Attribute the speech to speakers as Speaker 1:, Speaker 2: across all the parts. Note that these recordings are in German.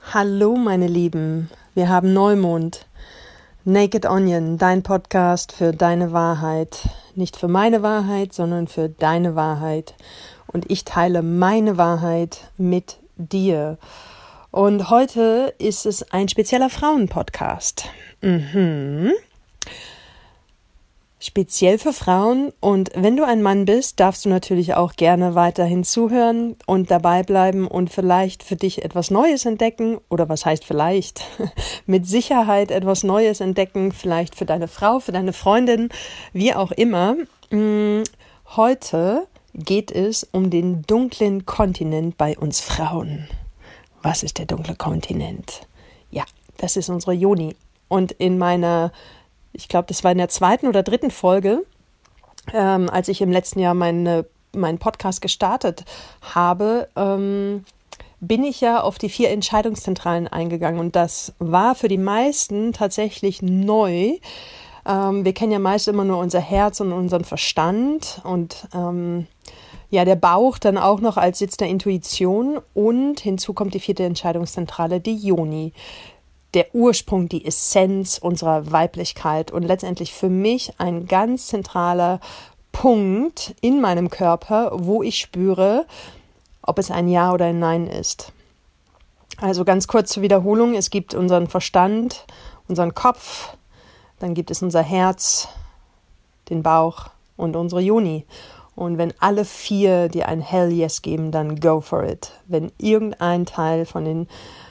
Speaker 1: Hallo meine Lieben, wir haben Neumond. Naked Onion, dein Podcast für deine Wahrheit. Nicht für meine Wahrheit, sondern für deine Wahrheit. Und ich teile meine Wahrheit mit dir. Und heute ist es ein spezieller Frauenpodcast. Speziell für Frauen, und wenn du ein Mann bist, darfst du natürlich auch gerne weiterhin zuhören und dabei bleiben und vielleicht für dich etwas Neues entdecken, oder was heißt vielleicht? Mit Sicherheit etwas Neues entdecken, vielleicht für deine Frau, für deine Freundin, wie auch immer. Heute geht es um den dunklen Kontinent bei uns Frauen. Was ist der dunkle Kontinent? Ja, das ist unsere Yoni. Und ich glaube, das war in der 2. oder 3. Folge, als ich im letzten Jahr meinen Podcast gestartet habe, bin ich ja auf die 4 Entscheidungszentralen eingegangen. Und das war für die meisten tatsächlich neu. Wir kennen ja meist immer nur unser Herz und unseren Verstand und der Bauch dann auch noch als Sitz der Intuition. Und hinzu kommt die 4. Entscheidungszentrale, die Yoni. Der Ursprung, die Essenz unserer Weiblichkeit und letztendlich für mich ein ganz zentraler Punkt in meinem Körper, wo ich spüre, ob es ein Ja oder ein Nein ist. Also ganz kurz zur Wiederholung, es gibt unseren Verstand, unseren Kopf, dann gibt es unser Herz, den Bauch und unsere Yoni. Und wenn alle 4 dir ein Hell Yes geben, dann go for it. Wenn irgendein Teil von den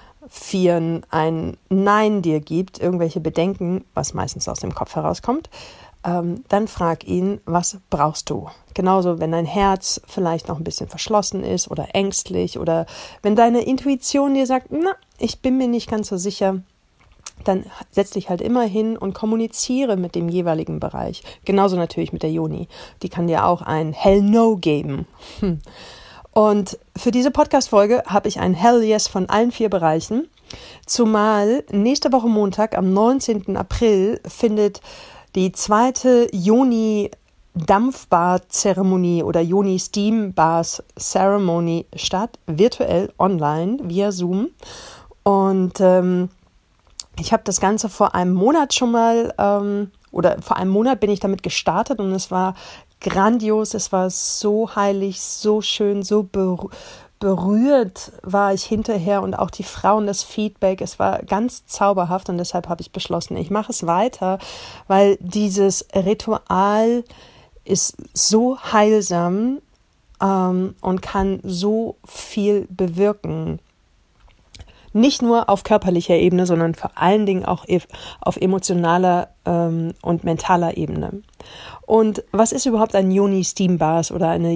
Speaker 1: 4 ein Nein dir gibt, irgendwelche Bedenken, was meistens aus dem Kopf herauskommt, dann frag ihn, was brauchst du? Genauso, wenn dein Herz vielleicht noch ein bisschen verschlossen ist oder ängstlich oder wenn deine Intuition dir sagt, ich bin mir nicht ganz so sicher, dann setz dich halt immer hin und kommuniziere mit dem jeweiligen Bereich. Genauso natürlich mit der Yoni. Die kann dir auch ein Hell No geben. Und für diese Podcast-Folge habe ich ein Hell Yes von allen 4 Bereichen, zumal nächste Woche Montag, am 19. April, findet die 2. Yoni-Dampfbad-Zeremonie oder Yoni-Steam-Bath-Ceremony statt, virtuell, online, via Zoom. Und ich habe das Ganze vor einem Monat schon mal, vor einem Monat bin ich damit gestartet und es war grandios, es war so heilig, so schön, so berührt war ich hinterher und auch die Frauen, das Feedback, es war ganz zauberhaft und deshalb habe ich beschlossen, ich mache es weiter, weil dieses Ritual ist so heilsam und kann so viel bewirken. Nicht nur auf körperlicher Ebene, sondern vor allen Dingen auch auf emotionaler und mentaler Ebene. Und was ist überhaupt ein Yoni-Steam-Bath oder eine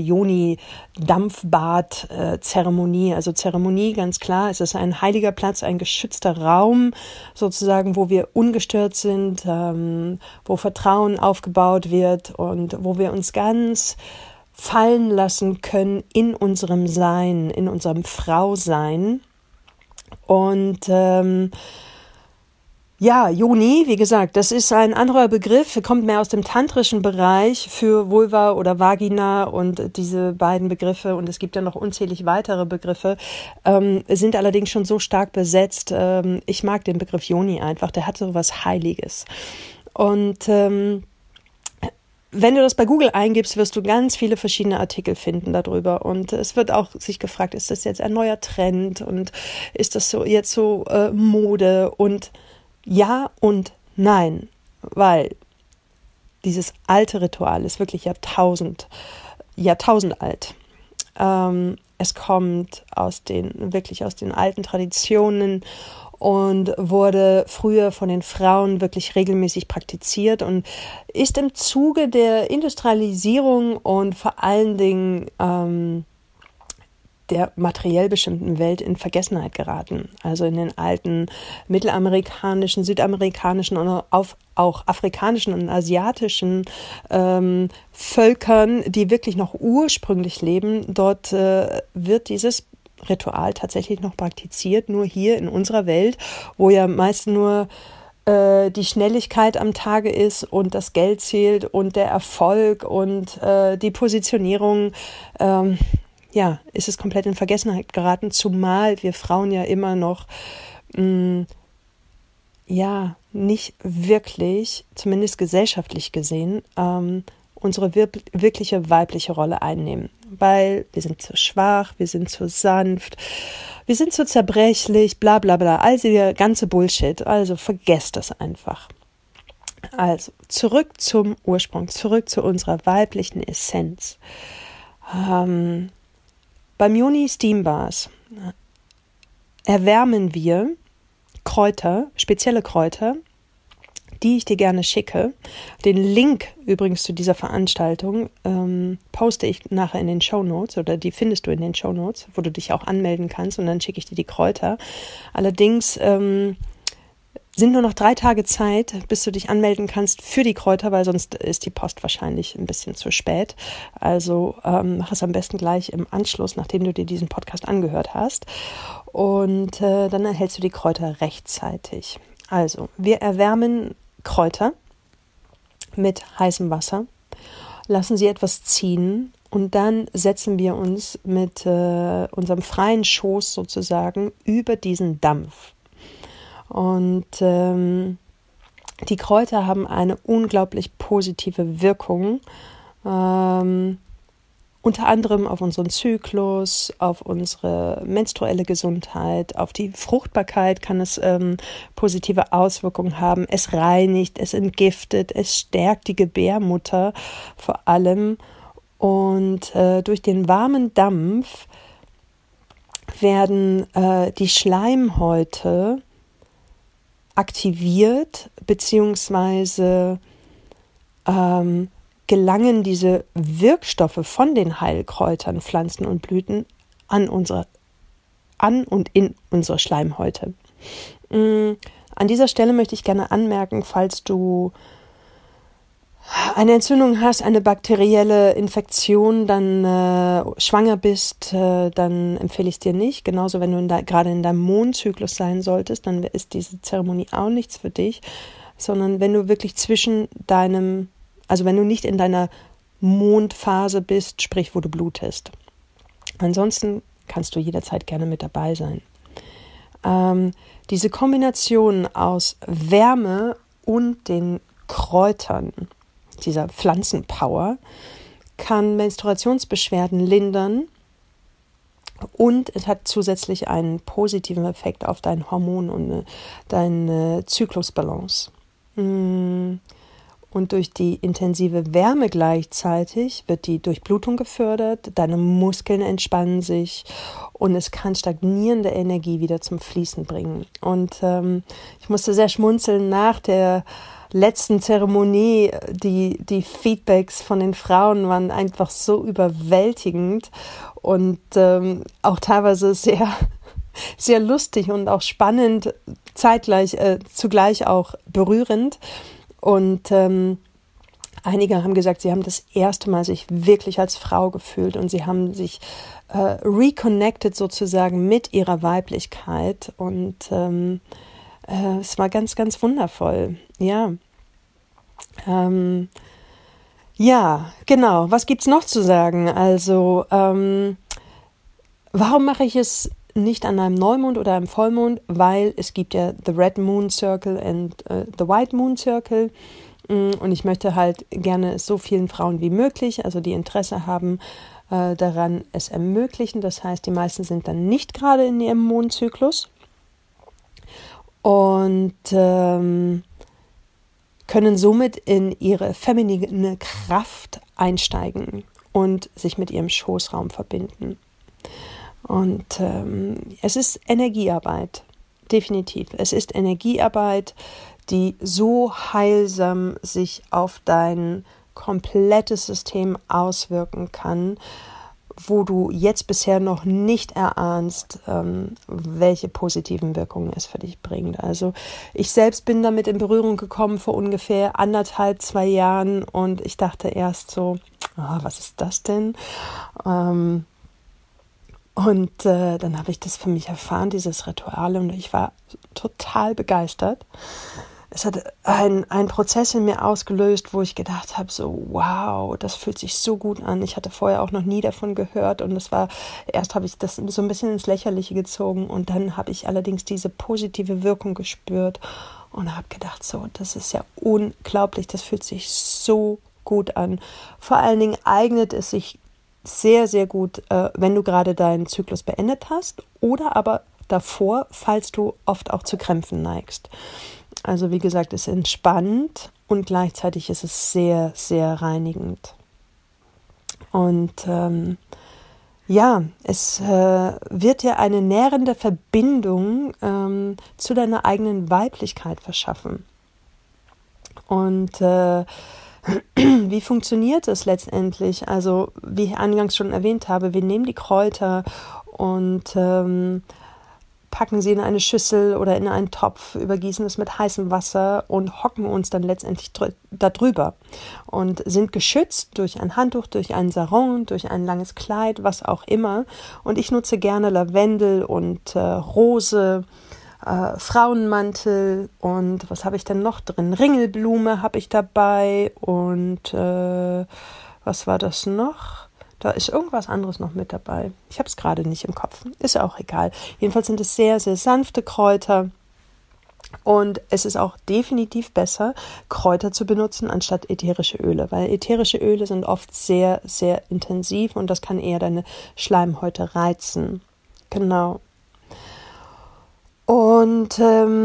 Speaker 1: Yoni-Dampfbad-Zeremonie? Also Zeremonie, ganz klar, es ist ein heiliger Platz, ein geschützter Raum sozusagen, wo wir ungestört sind, wo Vertrauen aufgebaut wird und wo wir uns ganz fallen lassen können in unserem Sein, in unserem Frausein. Und Yoni, wie gesagt, das ist ein anderer Begriff, kommt mehr aus dem tantrischen Bereich für Vulva oder Vagina und diese beiden Begriffe, und es gibt ja noch unzählig weitere Begriffe, sind allerdings schon so stark besetzt. Ich mag den Begriff Yoni einfach, der hat so was Heiliges. Und wenn du das bei Google eingibst, wirst du ganz viele verschiedene Artikel finden darüber. Und es wird auch sich gefragt, ist das jetzt ein neuer Trend und ist das so jetzt so Mode? Und ja und nein, weil dieses alte Ritual ist wirklich Jahrtausend alt. Es kommt aus den alten Traditionen und wurde früher von den Frauen wirklich regelmäßig praktiziert und ist im Zuge der Industrialisierung und vor allen Dingen der materiell bestimmten Welt in Vergessenheit geraten. Also in den alten mittelamerikanischen, südamerikanischen und auch afrikanischen und asiatischen Völkern, die wirklich noch ursprünglich leben, dort wird dieses Ritual tatsächlich noch praktiziert, nur hier in unserer Welt, wo ja meist nur die Schnelligkeit am Tage ist und das Geld zählt und der Erfolg und die Positionierung, ist es komplett in Vergessenheit geraten, zumal wir Frauen ja immer noch nicht wirklich, zumindest gesellschaftlich gesehen, unsere wirkliche weibliche Rolle einnehmen. Weil wir sind zu schwach, wir sind zu sanft, wir sind zu zerbrechlich, bla bla bla, all dieser ganze Bullshit. Also vergesst das einfach. Also zurück zum Ursprung, zurück zu unserer weiblichen Essenz. Beim Yoni Steam Bars erwärmen wir Kräuter, spezielle Kräuter, die ich dir gerne schicke. Den Link übrigens zu dieser Veranstaltung poste ich nachher in den Shownotes, oder die findest du in den Shownotes, wo du dich auch anmelden kannst, und dann schicke ich dir die Kräuter. Allerdings sind nur noch 3 Tage Zeit, bis du dich anmelden kannst für die Kräuter, weil sonst ist die Post wahrscheinlich ein bisschen zu spät. Also mach es am besten gleich im Anschluss, nachdem du dir diesen Podcast angehört hast. Und dann erhältst du die Kräuter rechtzeitig. Also, wir erwärmen Kräuter mit heißem Wasser, lassen sie etwas ziehen und dann setzen wir uns mit unserem freien Schoß sozusagen über diesen Dampf. Und die Kräuter haben eine unglaublich positive Wirkung, unter anderem auf unseren Zyklus, auf unsere menstruelle Gesundheit, auf die Fruchtbarkeit kann es positive Auswirkungen haben. Es reinigt, es entgiftet, es stärkt die Gebärmutter vor allem. Und durch den warmen Dampf werden die Schleimhäute aktiviert, beziehungsweise gelangen diese Wirkstoffe von den Heilkräutern, Pflanzen und Blüten an und in unsere Schleimhäute. An dieser Stelle möchte ich gerne anmerken, falls du eine Entzündung hast, eine bakterielle Infektion, dann schwanger bist, dann empfehle ich es dir nicht. Genauso, wenn du gerade in deinem Mondzyklus sein solltest, dann ist diese Zeremonie auch nichts für dich, sondern wenn du wirklich also wenn du nicht in deiner Mondphase bist, sprich, wo du blutest. Ansonsten kannst du jederzeit gerne mit dabei sein. Diese Kombination aus Wärme und den Kräutern, dieser Pflanzenpower, kann Menstruationsbeschwerden lindern und es hat zusätzlich einen positiven Effekt auf dein Hormon und deine Zyklusbalance. Und durch die intensive Wärme gleichzeitig wird die Durchblutung gefördert, deine Muskeln entspannen sich und es kann stagnierende Energie wieder zum Fließen bringen. Und ich musste sehr schmunzeln nach der letzten Zeremonie. Die Feedbacks von den Frauen waren einfach so überwältigend und auch teilweise sehr, sehr lustig und auch spannend, zugleich auch berührend. Und einige haben gesagt, sie haben das erste Mal sich wirklich als Frau gefühlt und sie haben sich reconnected sozusagen mit ihrer Weiblichkeit und es war ganz, ganz wundervoll. Ja, genau. Was gibt's noch zu sagen? Also, warum mache ich es nicht an einem Neumond oder einem Vollmond? Weil es gibt ja the Red Moon Circle and the White Moon Circle. Und ich möchte halt gerne so vielen Frauen wie möglich, also die Interesse haben, daran es ermöglichen. Das heißt, die meisten sind dann nicht gerade in ihrem Mondzyklus und können somit in ihre feminine Kraft einsteigen und sich mit ihrem Schoßraum verbinden. Und es ist Energiearbeit, definitiv. Es ist Energiearbeit, die so heilsam sich auf dein komplettes System auswirken kann, wo du jetzt bisher noch nicht erahnst, welche positiven Wirkungen es für dich bringt. Also ich selbst bin damit in Berührung gekommen vor ungefähr 1,5, 2 Jahren und ich dachte erst so, was ist das denn? Und dann habe ich das für mich erfahren, dieses Ritual, und ich war total begeistert. es hat ein Prozess in mir ausgelöst, wo ich gedacht habe, so wow, das fühlt sich so gut an. Ich hatte vorher auch noch nie davon gehört und erst habe ich das so ein bisschen ins Lächerliche gezogen und dann habe ich allerdings diese positive Wirkung gespürt und habe gedacht, so, das ist ja unglaublich, das fühlt sich so gut an. Vor allen Dingen eignet es sich sehr, sehr gut, wenn du gerade deinen Zyklus beendet hast oder aber davor, falls du oft auch zu Krämpfen neigst. Also wie gesagt, es entspannt und gleichzeitig ist es sehr, sehr reinigend. Und es wird dir eine nährende Verbindung zu deiner eigenen Weiblichkeit verschaffen. Und wie funktioniert es letztendlich? Also wie ich eingangs schon erwähnt habe, wir nehmen die Kräuter und packen sie in eine Schüssel oder in einen Topf, übergießen es mit heißem Wasser und hocken uns dann letztendlich darüber und sind geschützt durch ein Handtuch, durch einen Sarong, durch ein langes Kleid, was auch immer. Und ich nutze gerne Lavendel und Rose, Frauenmantel und was habe ich denn noch drin? Ringelblume habe ich dabei und was war das noch? Da ist irgendwas anderes noch mit dabei. Ich habe es gerade nicht im Kopf. Ist auch egal. Jedenfalls sind es sehr, sehr sanfte Kräuter. Und es ist auch definitiv besser, Kräuter zu benutzen, anstatt ätherische Öle. Weil ätherische Öle sind oft sehr, sehr intensiv und das kann eher deine Schleimhäute reizen. Genau. Und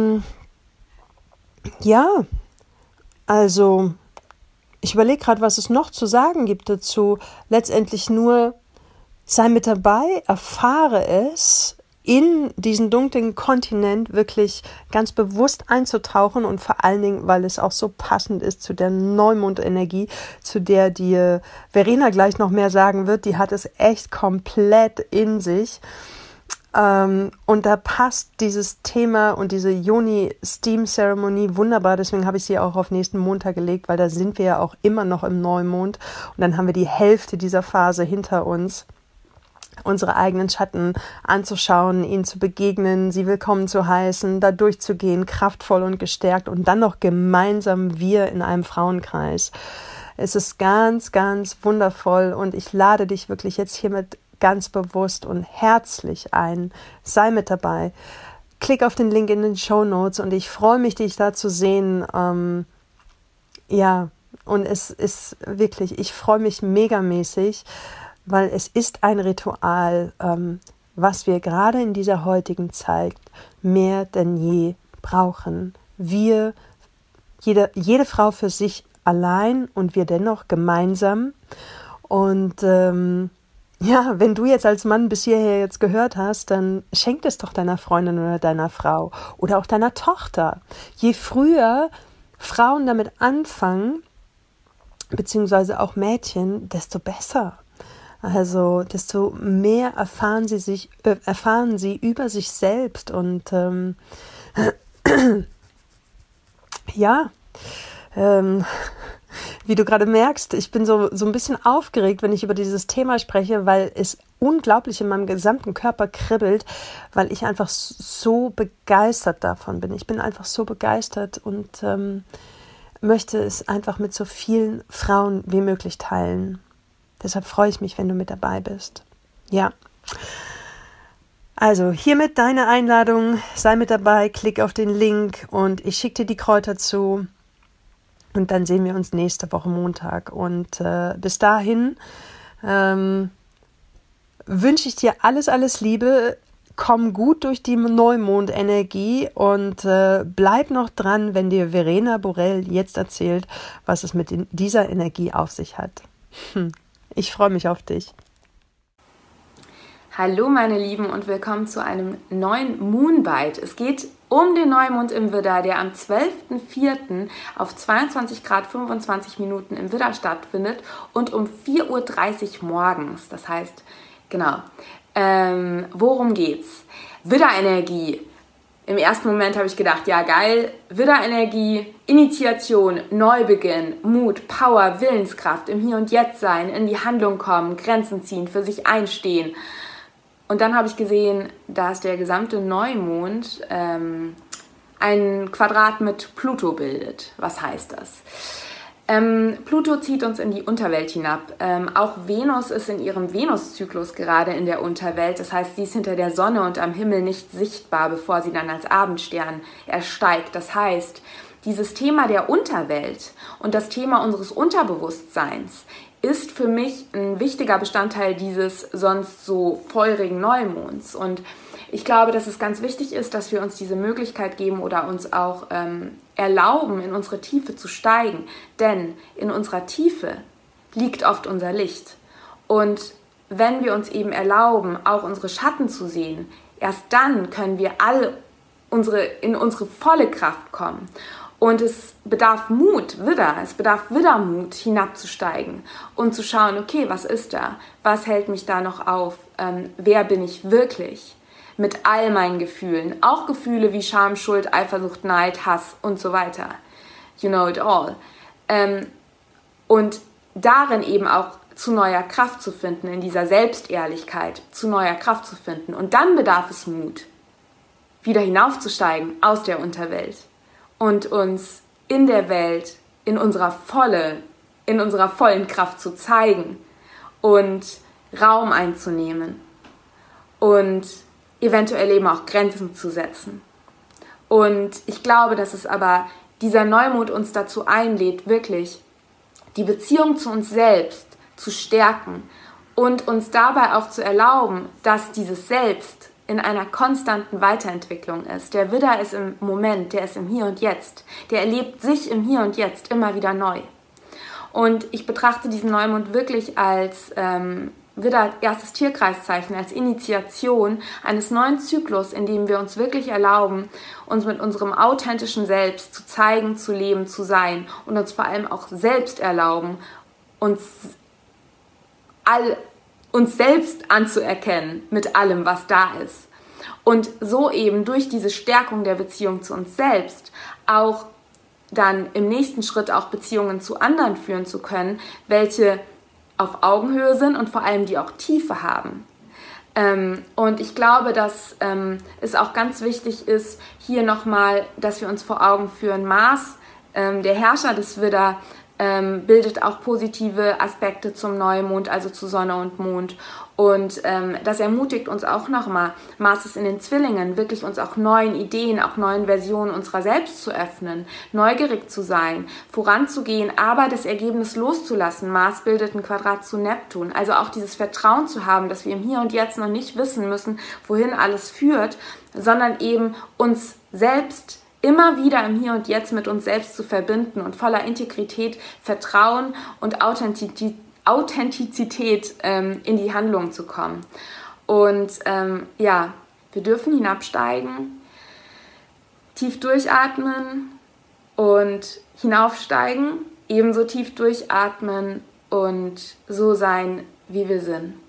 Speaker 1: also ich überlege gerade, was es noch zu sagen gibt dazu. Letztendlich nur, sei mit dabei, erfahre es, in diesen dunklen Kontinent wirklich ganz bewusst einzutauchen und vor allen Dingen, weil es auch so passend ist zu der Neumondenergie, zu der dir Verena gleich noch mehr sagen wird. Die hat es echt komplett in sich. Und da passt dieses Thema und diese Yoni-Steam-Zeremonie wunderbar, deswegen habe ich sie auch auf nächsten Montag gelegt, weil da sind wir ja auch immer noch im Neumond und dann haben wir die Hälfte dieser Phase hinter uns, unsere eigenen Schatten anzuschauen, ihnen zu begegnen, sie willkommen zu heißen, da durchzugehen, kraftvoll und gestärkt und dann noch gemeinsam wir in einem Frauenkreis. Es ist ganz, ganz wundervoll und ich lade dich wirklich jetzt hiermit ganz bewusst und herzlich ein. Sei mit dabei. Klick auf den Link in den Shownotes und ich freue mich, dich da zu sehen. Und es ist wirklich, ich freue mich megamäßig, weil es ist ein Ritual, was wir gerade in dieser heutigen Zeit mehr denn je brauchen. Wir, jede Frau für sich allein und wir dennoch gemeinsam. Und wenn du jetzt als Mann bis hierher jetzt gehört hast, dann schenk es doch deiner Freundin oder deiner Frau oder auch deiner Tochter. Je früher Frauen damit anfangen, beziehungsweise auch Mädchen, desto besser. Also desto mehr erfahren sie über sich selbst und wie du gerade merkst, ich bin so ein bisschen aufgeregt, wenn ich über dieses Thema spreche, weil es unglaublich in meinem gesamten Körper kribbelt, weil ich einfach so begeistert davon bin. Ich bin einfach so begeistert und möchte es einfach mit so vielen Frauen wie möglich teilen. Deshalb freue ich mich, wenn du mit dabei bist. Ja. Also hiermit deine Einladung, sei mit dabei, klick auf den Link und ich schicke dir die Kräuter zu. Und dann sehen wir uns nächste Woche Montag. Und bis dahin wünsche ich dir alles, alles Liebe. Komm gut durch die Neumondenergie und bleib noch dran, wenn dir Verena Borel jetzt erzählt, was es mit dieser Energie auf sich hat. Ich freue mich auf dich.
Speaker 2: Hallo meine Lieben und willkommen zu einem neuen Moonbite. Es geht um den Neumond im Widder, der am 12.04. auf 22 Grad 25 Minuten im Widder stattfindet und um 4.30 Uhr morgens. Das heißt, genau, worum geht's? Widderenergie. Im ersten Moment habe ich gedacht, ja geil, Widderenergie, Initiation, Neubeginn, Mut, Power, Willenskraft, im Hier und Jetzt sein, in die Handlung kommen, Grenzen ziehen, für sich einstehen. Und dann habe ich gesehen, dass der gesamte Neumond ein Quadrat mit Pluto bildet. Was heißt das? Pluto zieht uns in die Unterwelt hinab. Auch Venus ist in ihrem Venuszyklus gerade in der Unterwelt. Das heißt, sie ist hinter der Sonne und am Himmel nicht sichtbar, bevor sie dann als Abendstern ersteigt. Das heißt, dieses Thema der Unterwelt und das Thema unseres Unterbewusstseins ist für mich ein wichtiger Bestandteil dieses sonst so feurigen Neumonds. Und ich glaube, dass es ganz wichtig ist, dass wir uns diese Möglichkeit geben oder uns auch erlauben, in unsere Tiefe zu steigen. Denn in unserer Tiefe liegt oft unser Licht. Und wenn wir uns eben erlauben, auch unsere Schatten zu sehen, erst dann können wir in unsere volle Kraft kommen. Und es bedarf Mut, es bedarf Widdermut, hinabzusteigen und zu schauen, okay, was ist da? Was hält mich da noch auf? Wer bin ich wirklich? Mit all meinen Gefühlen, auch Gefühle wie Scham, Schuld, Eifersucht, Neid, Hass und so weiter. You know it all. Und darin eben auch zu neuer Kraft zu finden, in dieser Selbstehrlichkeit zu neuer Kraft zu finden. Und dann bedarf es Mut, wieder hinaufzusteigen aus der Unterwelt und uns in der Welt in unserer vollen Kraft zu zeigen und Raum einzunehmen und eventuell eben auch Grenzen zu setzen. Und ich glaube, dass es aber dieser Neumond uns dazu einlädt, wirklich die Beziehung zu uns selbst zu stärken und uns dabei auch zu erlauben, dass dieses Selbst in einer konstanten Weiterentwicklung ist. Der Widder ist im Moment, der ist im Hier und Jetzt. Der erlebt sich im Hier und Jetzt immer wieder neu. Und ich betrachte diesen Neumond wirklich als Widder, erstes Tierkreiszeichen, als Initiation eines neuen Zyklus, in dem wir uns wirklich erlauben, uns mit unserem authentischen Selbst zu zeigen, zu leben, zu sein und uns vor allem auch selbst erlauben, uns selbst anzuerkennen mit allem, was da ist. Und so eben durch diese Stärkung der Beziehung zu uns selbst auch dann im nächsten Schritt auch Beziehungen zu anderen führen zu können, welche auf Augenhöhe sind und vor allem die auch Tiefe haben. Und ich glaube, dass es auch ganz wichtig ist, hier nochmal, dass wir uns vor Augen führen, Mars, der Herrscher des Widder, bildet auch positive Aspekte zum Neumond, also zu Sonne und Mond. Und das ermutigt uns auch nochmal, Mars ist in den Zwillingen, wirklich uns auch neuen Ideen, auch neuen Versionen unserer selbst zu öffnen, neugierig zu sein, voranzugehen, aber das Ergebnis loszulassen. Mars bildet ein Quadrat zu Neptun, also auch dieses Vertrauen zu haben, dass wir im Hier und Jetzt noch nicht wissen müssen, wohin alles führt, sondern eben uns selbst immer wieder im Hier und Jetzt mit uns selbst zu verbinden und voller Integrität, Vertrauen und Authentizität in die Handlung zu kommen. Und wir dürfen hinabsteigen, tief durchatmen und hinaufsteigen, ebenso tief durchatmen und so sein, wie wir sind.